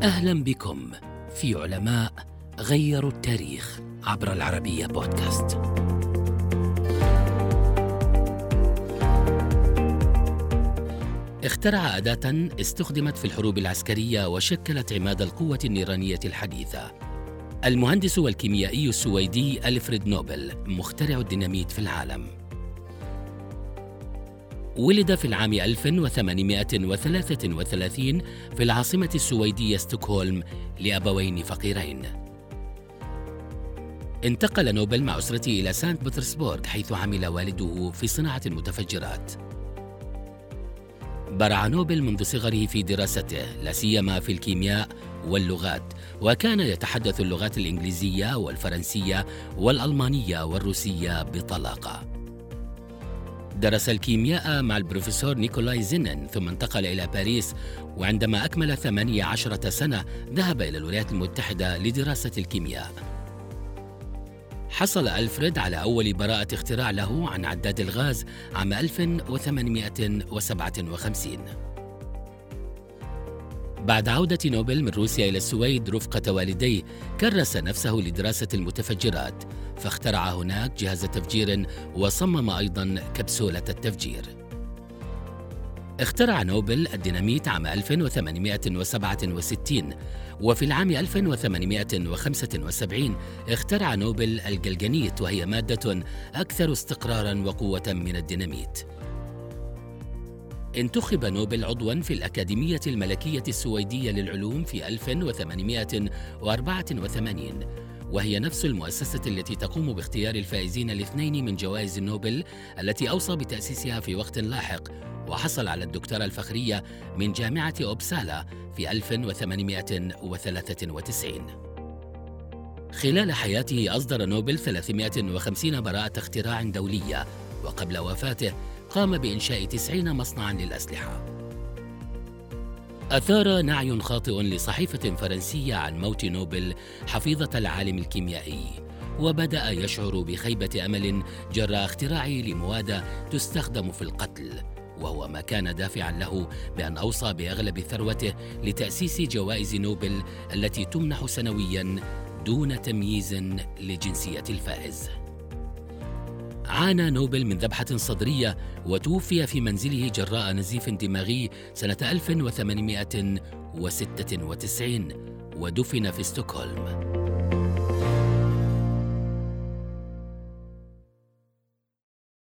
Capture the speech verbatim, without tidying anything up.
أهلا بكم في علماء غيروا التاريخ عبر العربية بودكاست. اخترع أداة استخدمت في الحروب العسكرية وشكلت عماد القوة النيرانية الحديثة. المهندس والكيميائي السويدي ألفريد نوبل، مخترع الديناميت في العالم. ولد في العام ألف وثمانمائة وثلاثة وثلاثين في العاصمة السويدية ستوكهولم لأبوين فقيرين. انتقل نوبل مع أسرته إلى سانت بطرسبورغ حيث عمل والده في صناعة المتفجرات. برع نوبل منذ صغره في دراسته لا سيما في الكيمياء واللغات، وكان يتحدث اللغات الإنجليزية والفرنسية والألمانية والروسية بطلاقة. درس الكيمياء مع البروفيسور نيكولاي زينن ثم انتقل إلى باريس، وعندما أكمل ثمانية عشرة سنة ذهب إلى الولايات المتحدة لدراسة الكيمياء. حصل ألفريد على أول براءة اختراع له عن عداد الغاز عام ألف وثمانمائة وسبعة وخمسين. بعد عودة نوبل من روسيا إلى السويد رفقة والديه، كرس نفسه لدراسة المتفجرات، فاخترع هناك جهاز تفجير وصمم أيضاً كبسولة التفجير. اخترع نوبل الديناميت عام ألف وثمانمائة وسبعة وستين، وفي العام ألف وثمانمائة وخمسة وسبعين اخترع نوبل الجلجنيت، وهي مادة أكثر استقراراً وقوة من الديناميت. انتخب نوبل عضواً في الأكاديمية الملكية السويدية للعلوم في ألف وثمانمائة وأربعة وثمانين، وهي نفس المؤسسة التي تقوم باختيار الفائزين الاثنين من جوائز نوبل التي أوصى بتأسيسها في وقت لاحق، وحصل على الدكتوراه الفخرية من جامعة أوبسالا في ألف وثمانمائة وثلاثة وتسعين. خلال حياته أصدر نوبل ثلاثمائة وخمسين براءة اختراع دولية، وقبل وفاته قام بإنشاء تسعين مصنعاً للأسلحة. أثار نعي خاطئ لصحيفة فرنسية عن موت نوبل حفيظة العالم الكيميائي، وبدأ يشعر بخيبة أمل جراء اختراعه لمواد تستخدم في القتل، وهو ما كان دافعاً له بأن أوصى بأغلب ثروته لتأسيس جوائز نوبل التي تمنح سنوياً دون تمييز لجنسية الفائز. عانى نوبل من ذبحة صدرية وتوفي في منزله جراء نزيف دماغي سنة ألف وثمانمائة وستة وتسعين، ودفن في ستوكهولم.